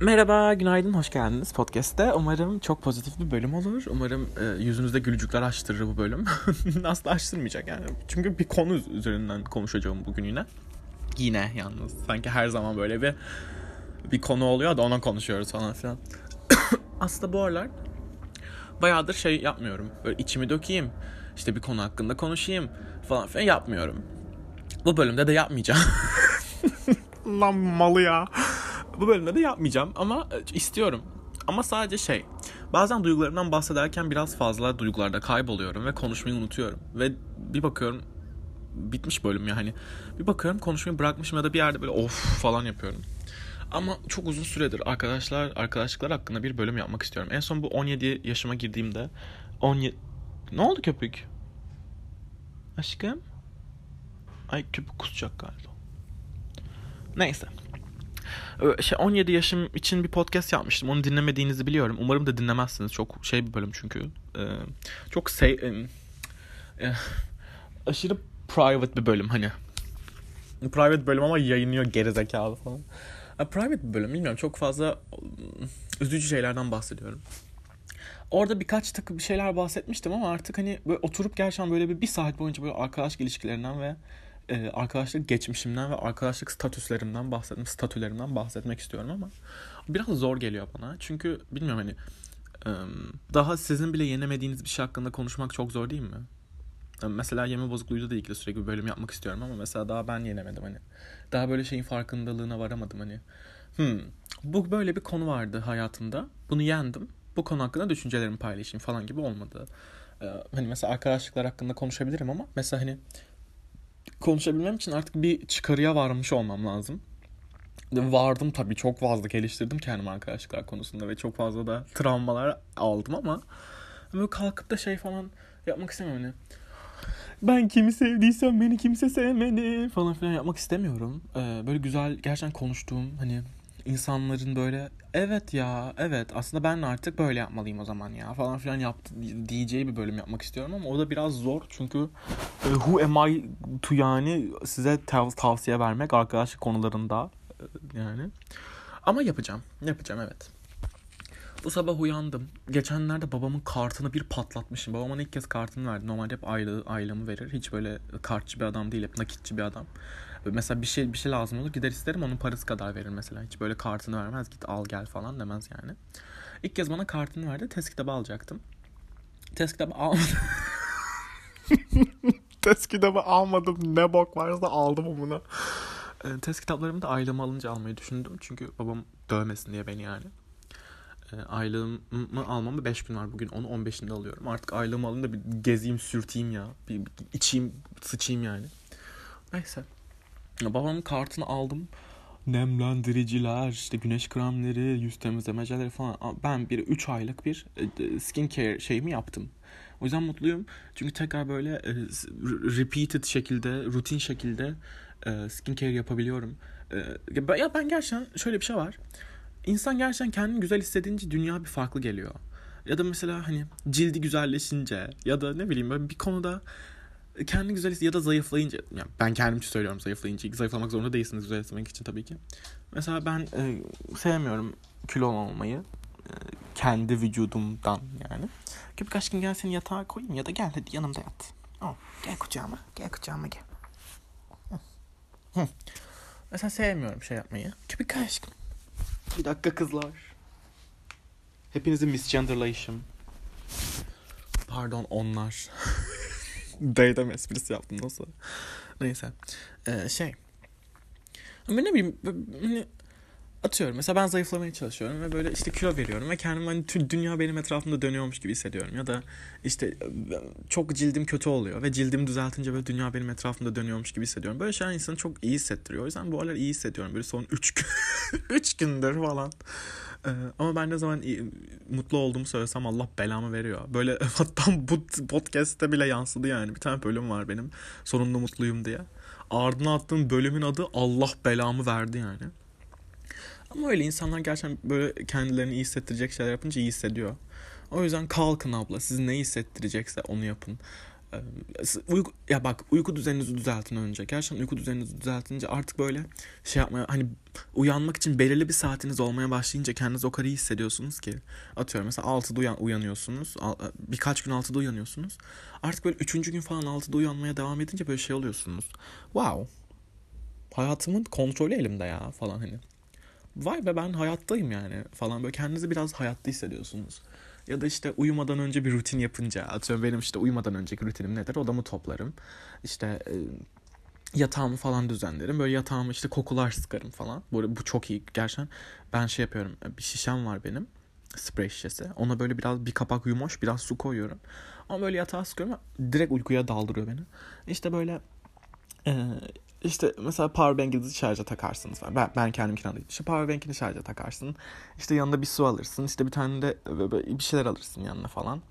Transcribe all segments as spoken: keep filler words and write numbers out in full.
Merhaba, günaydın, hoş geldiniz podcast'te. Umarım çok pozitif bir bölüm olur. Umarım e, yüzünüzde gülücükler açtırır bu bölüm. Asla açtırmayacak yani. Çünkü bir konu üzerinden konuşacağım bugün yine. Yine yalnız. Sanki her zaman böyle bir bir konu oluyor da ona konuşuyoruz falan filan. Aslında bu aralar bayağıdır şey yapmıyorum. Böyle içimi dökeyim, işte bir konu hakkında konuşayım falan filan yapmıyorum. Bu bölümde de yapmayacağım. Lan malı ya. Bu bölümde de yapmayacağım ama istiyorum. Ama sadece şey, bazen duygularımdan bahsederken biraz fazla duygularda kayboluyorum ve konuşmayı unutuyorum. Ve bir bakıyorum bitmiş bölüm ya hani. Bir bakıyorum konuşmayı bırakmışım ya da bir yerde böyle of falan yapıyorum. Ama çok uzun süredir arkadaşlar, arkadaşlıklar hakkında bir bölüm yapmak istiyorum. En son bu on yedi yaşıma girdiğimde on yedi... Ne oldu köpük? Aşkım? Ay köpük kusacak galiba. Neyse. Şey, on yedi yaşım için bir podcast yapmıştım. Onu dinlemediğinizi biliyorum. Umarım da dinlemezsiniz. Çok şey bir bölüm çünkü. Ee, çok şey... E, aşırı private bir bölüm hani. Private bölüm ama yayınlıyor gerizekalı falan. E, private bir bölüm bilmiyorum. Çok fazla üzücü şeylerden bahsediyorum. Orada birkaç takı bir şeyler bahsetmiştim ama artık hani böyle oturup gerçekten böyle bir, bir saat boyunca böyle arkadaşlık ilişkilerinden ve e, arkadaşlık geçmişimden ve arkadaşlık statüslerimden bahsetmek, statülerimden bahsetmek istiyorum ama biraz zor geliyor bana. Çünkü bilmiyorum hani e, daha sizin bile yenemediğiniz bir şey hakkında konuşmak çok zor değil mi? Mesela yeme bozukluğuyla da ilgili sürekli bir bölüm yapmak istiyorum ama mesela daha ben yenemedim hani. Daha böyle şeyin farkındalığına varamadım hani. Hmm, bu böyle bir konu vardı hayatımda. Bunu yendim. Bu konu hakkında düşüncelerimi paylaşayım falan gibi olmadı. Ee, hani mesela arkadaşlıklar hakkında konuşabilirim ama mesela hani konuşabilmem için artık bir çıkarıya varmış olmam lazım. Vardım tabii, çok fazla geliştirdim kendimi arkadaşlıklar konusunda ve çok fazla da travmalar aldım ama böyle kalkıp da şey falan yapmak istemiyorum hani. Ben kimi sevdiysem beni kimse sevmedi falan filan yapmak istemiyorum. Ee, böyle güzel gerçekten konuştuğum hani insanların böyle evet ya evet aslında ben artık böyle yapmalıyım o zaman ya falan filan yaptı diyeceği bir bölüm yapmak istiyorum ama o da biraz zor çünkü e, who am I to yani size tav- tavsiye vermek arkadaşlık konularında e, yani. Ama yapacağım yapacağım evet. Bu sabah uyandım. Geçenlerde babamın kartını bir patlatmışım. Babamın ilk kez kartını verdi. Normalde hep aylığı, aylığımı verir. Hiç böyle kartçı bir adam değil. Hep nakitçi bir adam. Mesela bir şey bir şey lazım olur. Gider isterim, onun parası kadar verir mesela. Hiç böyle kartını vermez. Git al gel falan demez yani. İlk kez bana kartını verdi. Test kitabı alacaktım. Test kitabı almadım. Test kitabı almadım. Ne bok varsa aldım bunu. Test kitaplarımı da aylığımı alınca almayı düşündüm. Çünkü babam dövmesin diye beni yani. Aylığımı almamı beş gün var bugün. Onu on beşinde alıyorum. Artık aylığımı alayım da bir gezeyim, sürteyim ya. Bir, bir içeyim, sıçayım yani. Neyse. Babamın kartını aldım. Nemlendiriciler, işte güneş kremleri, yüz temizlemecileri falan. Ben bir üç aylık bir skincare şeyimi yaptım. O yüzden mutluyum. Çünkü tekrar böyle repeated şekilde, rutin şekilde skincare yapabiliyorum. Ya ben gerçekten şöyle bir şey var. İnsan gerçekten kendini güzel hissedince dünya bir farklı geliyor. Ya da mesela hani cildi güzelleşince ya da ne bileyim böyle bir konuda kendini güzel hissediyor ya da zayıflayınca. Yani ben kendim için söylüyorum, zayıflayınca. Zayıflamak zorunda değilsiniz güzel hissetmek için tabii ki. Mesela ben e, sevmiyorum kilo olmayı. E, kendi vücudumdan yani. Köpük aşkım gel seni yatağa koyayım ya da gel hadi yanımda yat. Oh, gel kucağıma, gel kucağıma gel. Hı. Hı. Mesela sevmiyorum şey yapmayı. Köpük aşkım. Bir dakika kızlar. Hepinizi misgenderlayışım. Pardon onlar. Daydam esprisi yaptım nasıl? Neyse. Ee, şey. Ama ne bileyim. Hani atıyorum. Mesela ben zayıflamaya çalışıyorum ve böyle işte kilo veriyorum ve kendimi hani tüm dünya benim etrafımda dönüyormuş gibi hissediyorum. Ya da işte çok cildim kötü oluyor ve cildimi düzeltince böyle dünya benim etrafımda dönüyormuş gibi hissediyorum. Böyle şeyler insanı çok iyi hissettiriyor. O yüzden bu aralar iyi hissediyorum. Böyle son üç gün üç gündür falan. Ee, ama ben ne zaman iyi, mutlu olduğumu söylesem Allah belamı veriyor. Böyle hatta bu podcast'te bile yansıdı yani. Bir tane bölüm var benim. Sonunda mutluyum diye. Ardına attığım bölümün adı Allah belamı verdi yani. Ama öyle insanlar gerçekten böyle kendilerini iyi hissettirecek şeyler yapınca iyi hissediyor. O yüzden kalkın abla. Sizi ne hissettirecekse onu yapın. Uyku, ya bak uyku düzeninizi düzeltin önce. Gerçekten uyku düzeninizi düzeltince artık böyle şey yapmaya, hani uyanmak için belirli bir saatiniz olmaya başlayınca kendinizi o kadar iyi hissediyorsunuz ki. Atıyorum mesela altıda uyan, uyanıyorsunuz. Birkaç gün altıda uyanıyorsunuz. Artık böyle üçüncü gün falan altıda uyanmaya devam edince böyle şey oluyorsunuz. Wow. Hayatımın kontrolü elimde ya falan hani. Vay be, ben hayattayım yani falan, böyle kendinizi biraz hayatta hissediyorsunuz. Ya da işte uyumadan önce bir rutin yapınca, atıyorum benim işte uyumadan önceki rutinim nedir? Odamı toplarım. İşte e, yatağımı falan düzenlerim. Böyle yatağımı işte kokular sıkarım falan. Bu, bu çok iyi gerçekten. Ben şey yapıyorum. Bir şişem var benim. Sprey şişesi. Ona böyle biraz bir kapak yumoş, biraz su koyuyorum. Ama böyle yatağa sıkıyorum. Direkt uykuya daldırıyor beni. İşte böyle ee, işte mesela powerbank'inizi şarja takarsınız. Ben, ben kendim kiraladım. İşte powerbank'ini şarja takarsın. İşte yanında bir su alırsın. İşte bir tane de bir şeyler alırsın yanına falan.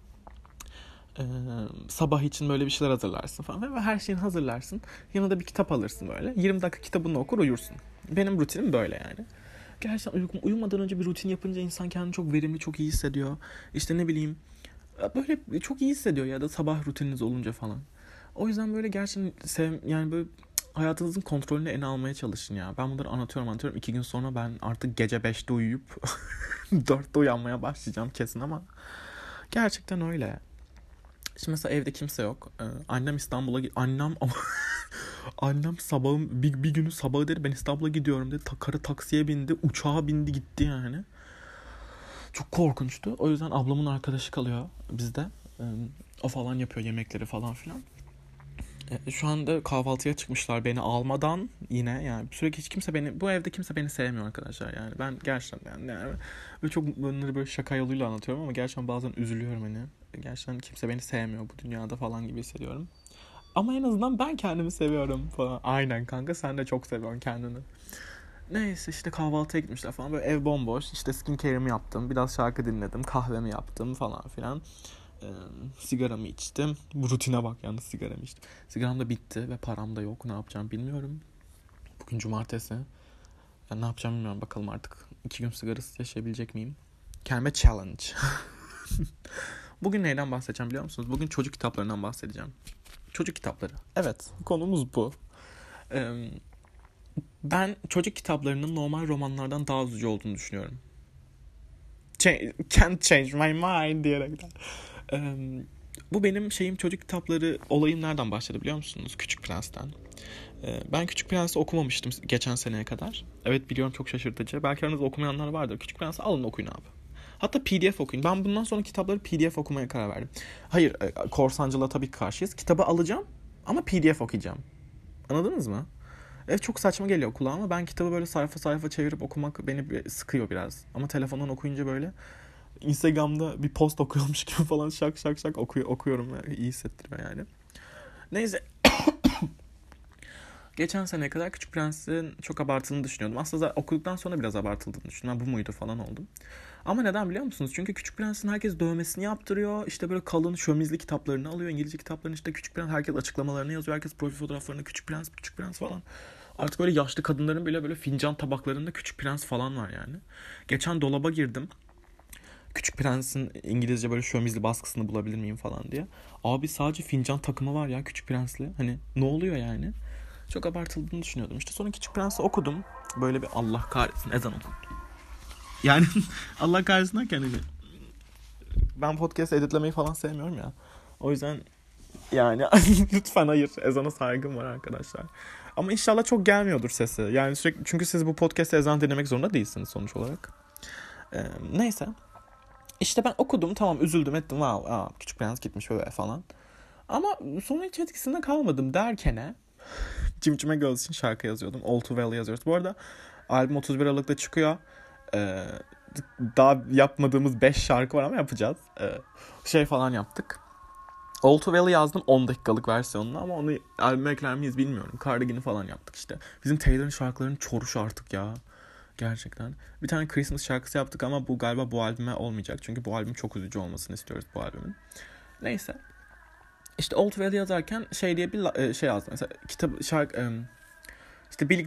Ee, sabah için böyle bir şeyler hazırlarsın falan. Ve her şeyini hazırlarsın. Yanında bir kitap alırsın böyle. yirmi dakika kitabını okur uyursun. Benim rutinim böyle yani. Gerçekten uy- uyumadan önce bir rutin yapınca insan kendini çok verimli, çok iyi hissediyor. İşte ne bileyim, böyle çok iyi hissediyor ya da sabah rutininiz olunca falan. O yüzden böyle gerçekten sev, yani böyle hayatınızın kontrolünü ele almaya çalışın ya. Ben bunları anlatıyorum anlatıyorum. İki gün sonra ben artık gece beşte uyuyup dörtte uyanmaya başlayacağım kesin ama gerçekten öyle. Şimdi mesela evde kimse yok. Ee, annem İstanbul'a gi- annem ama annem sabahın bir, bir günü sabahı dedi ben İstanbul'a gidiyorum dedi. Ta, karı taksiye bindi, uçağa bindi gitti yani. Çok korkunçtu. O yüzden ablamın arkadaşı kalıyor bizde. Ee, o falan yapıyor yemekleri falan filan. Şu anda kahvaltıya çıkmışlar beni almadan yine, yani sürekli hiç kimse beni, bu evde kimse beni sevmiyor arkadaşlar yani. Ben gerçekten yani, yani böyle çok bunları böyle şaka yoluyla anlatıyorum ama gerçekten bazen üzülüyorum hani. Gerçekten kimse beni sevmiyor bu dünyada falan gibi hissediyorum. Ama en azından ben kendimi seviyorum falan. Aynen kanka, sen de çok seviyorsun kendini. Neyse işte kahvaltıya gitmişler falan, böyle ev bomboş, işte skincare'ımı yaptım, biraz şarkı dinledim, kahvemi yaptım falan filan. Ee, sigaramı içtim. Bu rutine bak, yalnız sigaramı içtim. Sigaram da bitti ve param da yok. Ne yapacağım bilmiyorum. Bugün cumartesi. Yani ne yapacağım bilmiyorum. Bakalım artık iki gün sigarasız yaşayabilecek miyim? Kendime challenge. Bugün neyden bahsedeceğim biliyor musunuz? Bugün çocuk kitaplarından bahsedeceğim. Çocuk kitapları. Evet, konumuz bu. Ee, ben çocuk kitaplarının normal romanlardan daha üzücü olduğunu düşünüyorum. Ch- can't change my mind diyerekten. Ee, bu benim şeyim, çocuk kitapları olayım nereden başladı biliyor musunuz? Küçük Prens'ten. Ee, ben Küçük Prens'i okumamıştım geçen seneye kadar. Evet biliyorum, çok şaşırtıcı. Belki aranızda okumayanlar vardır. Küçük Prens'i alın okuyun abi. Hatta P D F okuyun. Ben bundan sonra kitapları P D F okumaya karar verdim. Hayır, korsancılığa tabii ki karşıyız. Kitabı alacağım ama P D F okuyacağım. Anladınız mı? Evet, çok saçma geliyor kulağa ama ben kitabı böyle sayfa sayfa çevirip okumak beni sıkıyor biraz. Ama telefondan okuyunca böyle Instagram'da bir post okuyormuş gibi falan şak şak şak okuyor, okuyorum. Yani. İyi hissettiriyor yani. Neyse. Geçen seneye kadar Küçük Prens'in çok abartıldığını düşünüyordum. Aslında okuduktan sonra biraz abartıldığını düşündüm. Bu muydu falan oldum. Ama neden biliyor musunuz? Çünkü Küçük Prens'in herkes dövmesini yaptırıyor. İşte böyle kalın şömizli kitaplarını alıyor. İngilizce kitaplarını, işte Küçük Prens, herkes açıklamalarını yazıyor. Herkes profil fotoğraflarını Küçük Prens, Küçük Prens falan. Artık böyle yaşlı kadınların bile böyle fincan tabaklarında Küçük Prens falan var yani. Geçen dolaba girdim. Küçük Prens'in İngilizce böyle şömizli baskısını bulabilir miyim falan diye. Abi sadece fincan takımı var ya Küçük Prens'li. Hani ne oluyor yani? Çok abartıldığını düşünüyordum. İşte sonra Küçük Prens'i okudum. Böyle bir Allah kahretsin ezan okudum. Yani Allah kahretsin derken hani ben podcast editlemeyi falan sevmiyorum ya. O yüzden yani lütfen hayır, ezana saygım var arkadaşlar. Ama inşallah çok gelmiyordur sesi. Yani sürekli, çünkü siz bu podcast'te ezan dinlemek zorunda değilsiniz sonuç olarak. Ee, neyse. İşte ben okudum, tamam, üzüldüm ettim. Wow, aa, Küçük Prens gitmiş böyle falan. Ama sonra hiç etkisinde kalmadım derkene Cimcime Girls için şarkı yazıyordum. All Too Well yazıyoruz. Bu arada albüm otuz bir Aralık'ta çıkıyor. Ee, daha yapmadığımız beş şarkı var ama yapacağız. Ee, şey falan yaptık. All Too Well'ı yazdım on dakikalık versiyonunu ama onu albüme ekler miyiz bilmiyorum. Cardigan'ı falan yaptık işte. Bizim Taylor'ın şarkılarının çoruşu artık ya. Gerçekten. Bir tane Christmas şarkısı yaptık ama bu galiba bu albüme olmayacak. Çünkü bu albüm çok üzücü olmasını istiyoruz bu albümün. Neyse. İşte Old Well yazarken şey diye bir şey yazdım. Mesela kitap şarkı işte birlikte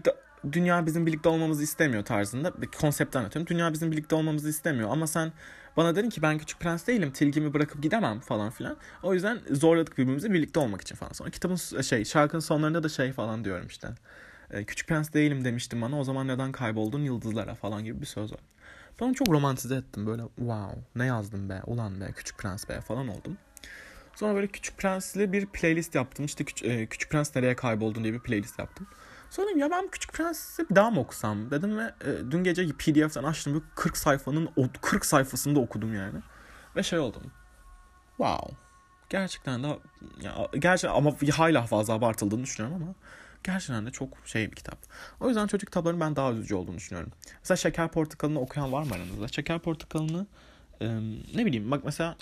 dünya bizim birlikte olmamızı istemiyor tarzında bir konsepti anlatıyorum. Dünya bizim birlikte olmamızı istemiyor ama sen bana dedin ki ben Küçük Prens değilim, tilgimi bırakıp gidemem falan filan. O yüzden zorladık birbirimizi birlikte olmak için falan. Sonra kitabın şey şarkının sonlarında da şey falan diyorum işte. Küçük Prens değilim demiştim bana, o zaman neden kayboldun yıldızlara falan gibi bir söz var. Ben çok romantize ettim böyle, wow ne yazdım be ulan be Küçük Prens be falan oldum. Sonra böyle Küçük Prens'li bir playlist yaptım. İşte Küç- e, Küçük Prens nereye kayboldun diye bir playlist yaptım. Sonra ya ben Küçük Prens'i bir daha mı okusam dedim ve e, dün gece P D F'den açtım. Böyle kırk sayfanın kırk sayfasını da okudum yani. Ve şey oldum. Wow. Gerçekten de ya, gerçekten ama hala fazla abartıldığını düşünüyorum ama gerçekten de çok şey bir kitap. O yüzden çocuk kitaplarının ben daha üzücü olduğunu düşünüyorum. Mesela Şeker Portakalı'nı okuyan var mı aranızda? Şeker Portakalı'nı e, ne bileyim bak mesela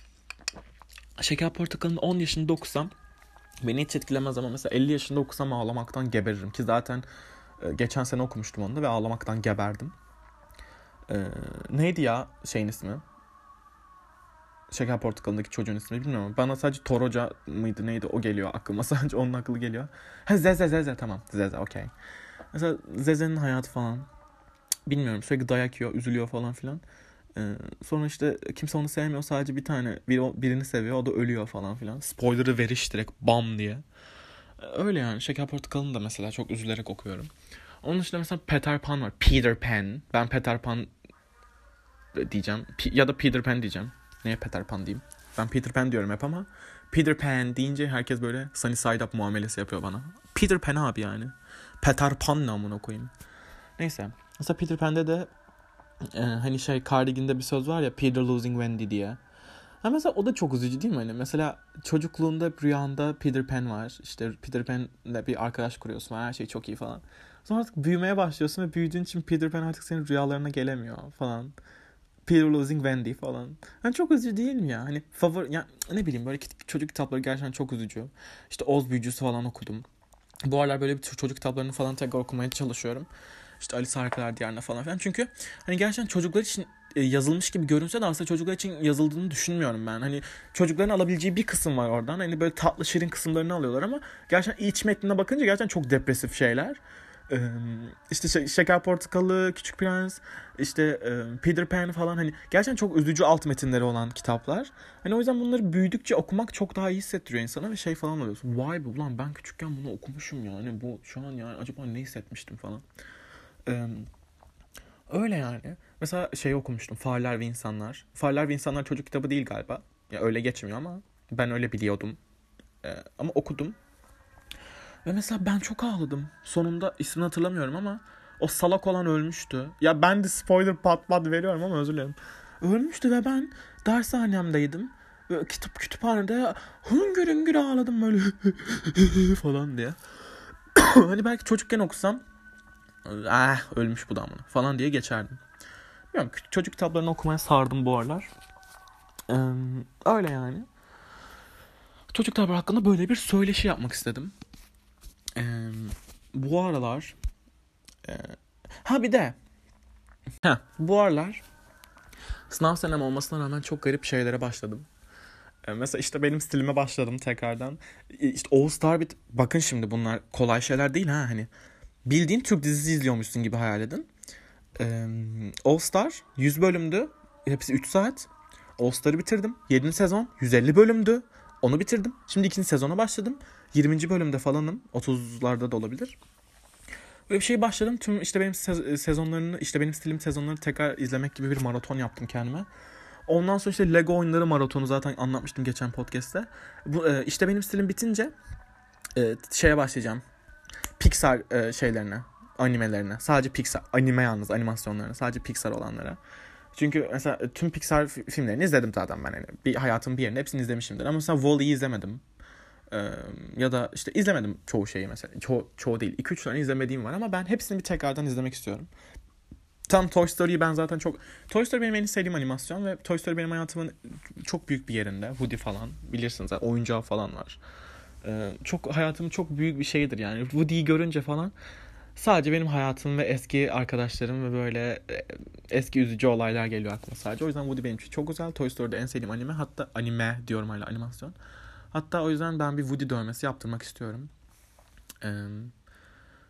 Şeker Portakalı'nı on yaşında okusam beni hiç etkilemez ama mesela elli yaşında okusam ağlamaktan geberirim ki zaten e, geçen sene okumuştum onu da ve ağlamaktan geberdim. E, neydi ya şeyin ismi? Şeker Portakalı'ndaki çocuğun ismi bilmiyorum. Bana sadece Toroca mıydı neydi o geliyor aklıma. Sadece onun aklı geliyor. Ha Zeze Zeze tamam. Zeze okey. Mesela Zeze'nin hayatı falan. Bilmiyorum sürekli dayak yiyor, üzülüyor falan filan. Ee, sonra işte kimse onu sevmiyor. Sadece bir tane biri, birini seviyor. O da ölüyor falan filan. Spoiler'ı veriş direkt bam diye. Ee, öyle yani. Şeker Portakalı'nı da mesela çok üzülerek okuyorum. Onun dışında mesela Peter Pan var. Peter Pan. Ben Peter Pan diyeceğim. P- ya da Peter Pan diyeceğim. Neye Peter Pan diyeyim? Ben Peter Pan diyorum hep ama Peter Pan deyince herkes böyle sunny side up muamelesi yapıyor bana. Peter Pan abi yani. Peter Pan ne amına koyayım. Neyse. Mesela Peter Pan'de de e, hani şey Cardigan'da bir söz var ya Peter losing Wendy diye. Ha mesela o da çok üzücü değil mi? Hani mesela çocukluğunda rüyanda Peter Pan var. İşte Peter Pan'le bir arkadaş kuruyorsun. Her şey çok iyi falan. Sonra artık büyümeye başlıyorsun ve büyüdüğün için Peter Pan artık senin rüyalarına gelemiyor falan. Peter Losing Wendy falan. Yani çok üzücü değil mi ya? Hani favori ya ne bileyim böyle çocuk kitapları gerçekten çok üzücü. İşte Oz Büyücüsü falan okudum. Bu aralar böyle bir tür çocuk kitaplarını falan tekrar okumaya çalışıyorum. İşte Alice Harikalar Diyarı'na falan filan. Çünkü hani gerçekten çocuklar için yazılmış gibi görünse de aslında çocuklar için yazıldığını düşünmüyorum ben. Hani çocukların alabileceği bir kısım var oradan. Hani böyle tatlı şirin kısımlarını alıyorlar ama gerçekten iç metnine bakınca gerçekten çok depresif şeyler. Ee, işte Şeker Portakalı, Küçük Prens, işte e, Peter Pan falan hani gerçekten çok üzücü alt metinleri olan kitaplar. Hani o yüzden bunları büyüdükçe okumak çok daha iyi hissettiriyor insana ve şey falan oluyorsun. Vay be ulan ben küçükken bunu okumuşum yani bu şu an yani acaba ne hissetmiştim falan. Ee, öyle yani. Mesela şey okumuştum. Fareler ve İnsanlar. Fareler ve İnsanlar çocuk kitabı değil galiba. Ya öyle geçmiyor ama ben öyle biliyordum. Ee, ama okudum. Ve mesela ben çok ağladım. Sonunda ismini hatırlamıyorum ama o salak olan ölmüştü. Ya ben de spoiler pat pat veriyorum ama özür dilerim. Ölmüştü ve ben dershanemdeydim. Ve kitap kütüphanede hüngür hüngür ağladım böyle falan diye. Hani belki çocukken okusam ah ölmüş bu da amına falan diye geçerdim. Bilmiyorum, çocuk kitaplarını okumaya sardım bu aralar. Ee, öyle yani. Çocuk kitapları hakkında böyle bir söyleşi yapmak istedim. Ee, bu aralar e, ha bir de ha bu aralar sınav senem olmasına rağmen çok garip şeylere başladım. Ee, mesela işte benim stilime başladım tekrardan. İşte All Star bit bakın şimdi bunlar kolay şeyler değil ha hani. Bildiğin Türk dizisi izliyormuşsun gibi hayal edin. Ee, All Star yüz bölümdü. Hepsi üç saat. All Star'ı bitirdim. yedinci sezon yüz elli bölümdü. Onu bitirdim. Şimdi ikinci sezona başladım. yirminci bölümde falanım. otuzlarda da olabilir. Böyle bir şey başladım. Tüm işte benim sezonlarını, işte benim stilim sezonlarını tekrar izlemek gibi bir maraton yaptım kendime. Ondan sonra işte Lego oyunları maratonu zaten anlatmıştım geçen podcast'te. Bu işte benim stilim bitince şeye başlayacağım. Pixar şeylerine, animelerine. Sadece Pixar, anime yalnız animasyonlarına, sadece Pixar olanlara. Çünkü mesela tüm Pixar filmlerini izledim zaten ben. Yani bir hayatım bir yerinde hepsini izlemişimdir. Ama mesela Wall-E'yi izlemedim. Ee, ya da işte izlemedim çoğu şeyi mesela. Ço- çoğu değil. iki üç tane izlemediğim var ama ben hepsini bir tekrardan izlemek istiyorum. Tam Toy Story'yi ben zaten çok... Toy Story benim en sevdiğim animasyon ve Toy Story benim hayatımın çok büyük bir yerinde. Woody falan bilirsiniz. Yani oyuncağı falan var. Ee, çok hayatımın çok büyük bir şeyidir yani. Woody'yi görünce falan sadece benim hayatım ve eski arkadaşlarım ve böyle eski üzücü olaylar geliyor aklıma sadece. O yüzden Woody benim için çok güzel. Toy Story'de en sevdiğim anime. Hatta anime diyorum hala animasyon. Hatta o yüzden ben bir Woody dövmesi yaptırmak istiyorum. Ee,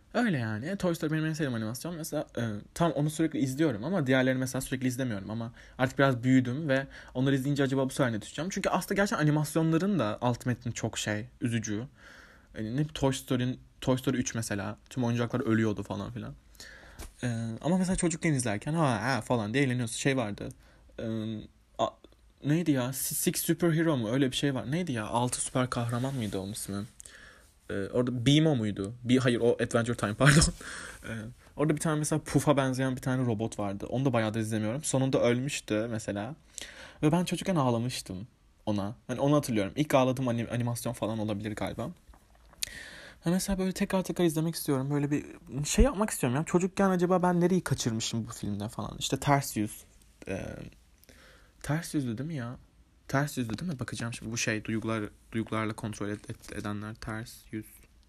Öyle yani. Toy Story benim en sevdiğim animasyon. Mesela e, tam onu sürekli izliyorum ama diğerlerini mesela sürekli izlemiyorum. Ama artık biraz büyüdüm ve onları izleyince acaba bu sefer ne düşeceğim? Çünkü aslında gerçekten animasyonların da alt metni çok şey, üzücü. Yani ne Toy Story'nin Toy Story üç mesela. Tüm oyuncaklar ölüyordu falan filan. E, ama mesela çocukken izlerken ha, ha falan diye eğleniyorsun. Şey vardı. E, a, neydi ya? Six Superhero mu? Öyle bir şey var. Neydi ya? Altı süper kahraman mıydı onun ismi? Ee, orada Beamo muydu? Bir, hayır o Adventure Time pardon. Ee, orada bir tane mesela Puff'a benzeyen bir tane robot vardı. Onu da bayağıdır izlemiyorum. Sonunda ölmüştü mesela. Ve ben çocukken ağlamıştım ona. Hani onu hatırlıyorum. İlk ağladığım anim- animasyon falan olabilir galiba. Ha mesela böyle tekrar tekrar izlemek istiyorum. Böyle bir şey yapmak istiyorum ya. Çocukken acaba ben nereyi kaçırmışım bu filmde falan. İşte ters yüz. Ee, ters yüzdü değil mi ya? Ters yüzdü değil mi? Bakacağım şimdi. Bu şey duygular duygularla kontrol et, et- edenler ters yüz.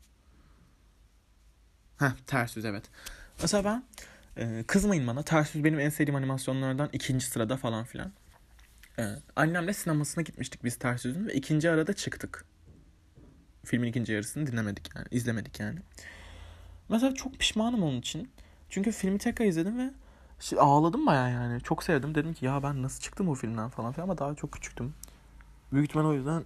Heh, ters yüz evet. Mesela ben e, kızmayın bana. Ters yüz benim en sevdiğim animasyonlardan ikinci sırada falan filan. E, annemle sinemasına gitmiştik biz ters yüzün ve ikinci arada çıktık. Filmin ikinci yarısını dinlemedik yani. İzlemedik yani. Mesela çok pişmanım onun için. Çünkü filmi tekrar izledim ve şi- ağladım baya yani. Çok sevdim. Dedim ki ya ben nasıl çıktım bu filmden falan filan ama daha çok küçüktüm. Büyük ihtimal o yüzden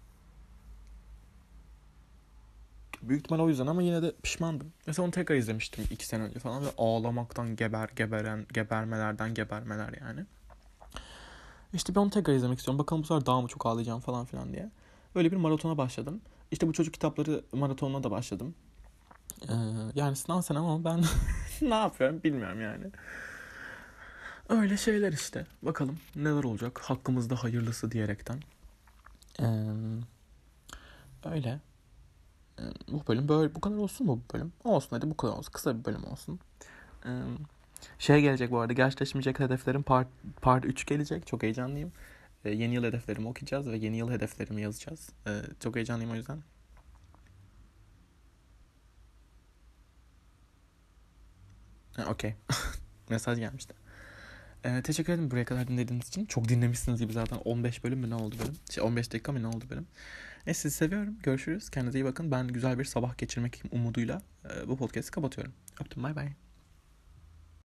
Büyük ihtimal o yüzden ama yine de pişmandım. Mesela onu tekrar izlemiştim iki sene önce falan ve ağlamaktan geber geberen gebermelerden gebermeler yani. İşte ben onu tekrar izlemek istiyorum. Bakalım bu sefer daha mı çok ağlayacağım falan filan diye. Öyle bir maratona başladım. İşte bu çocuk kitapları maratonuna da başladım. Ee, yani sınav senem ama ben ne yapıyorum bilmiyorum yani. Öyle şeyler işte. Bakalım neler olacak. Hakkımızda hayırlısı diyerekten. Ee, öyle. Ee, bu bölüm böyle bu kadar olsun mu bu bölüm? Olsun hadi bu kadar olsun. Kısa bir bölüm olsun. Ee, şey gelecek bu arada. Gerçekleşmeyecek hedeflerim part, part üç gelecek. Çok heyecanlıyım. Ee, yeni yıl hedeflerimi okuyacağız ve yeni yıl hedeflerimi yazacağız. Ee, çok heyecanlıyım o yüzden. Ha, okey. Mesaj gelmişti. Ee, teşekkür ederim buraya kadar dinlediğiniz için. Çok dinlemişsiniz gibi zaten. on beş bölüm mü ne oldu bölüm? Şey on beş dakika mı ne oldu bölüm? E sizi seviyorum. Görüşürüz. Kendinize iyi bakın. Ben güzel bir sabah geçirmek umuduyla e, bu podcast'ı kapatıyorum. Öptüm. Bay bay.